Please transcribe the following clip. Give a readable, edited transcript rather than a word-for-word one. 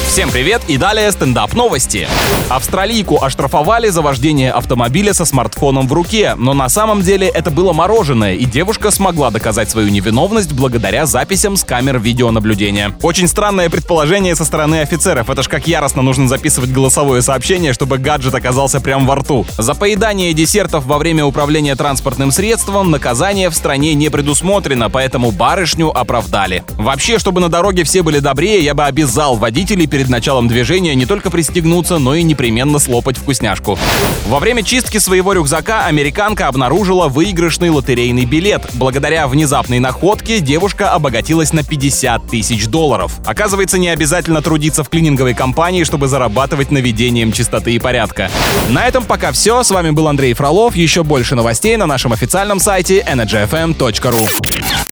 Всем привет и далее стендап-новости. Австралийку оштрафовали за вождение автомобиля со смартфоном в руке, но на самом деле это было мороженое, и девушка смогла доказать свою невиновность благодаря записям с камер видеонаблюдения. Очень странное предположение со стороны офицеров. Это ж как яростно нужно записывать голосовое сообщение, чтобы гаджет оказался прямо во рту. За поедание десертов во время управления транспортным средством наказание в стране не предусмотрено, поэтому барышню оправдали. Вообще, чтобы на дороге все были добрее, я бы обязал водителей перед началом движения не только пристегнуться, но и непременно слопать вкусняшку. Во время чистки своего рюкзака американка обнаружила выигрышный лотерейный билет. Благодаря внезапной находке девушка обогатилась на $50 тысяч. Оказывается, не обязательно трудиться в клининговой компании, чтобы зарабатывать наведением чистоты и порядка. На этом пока все. С вами был Андрей Фролов. Еще больше новостей на нашем официальном сайте energyfm.ru.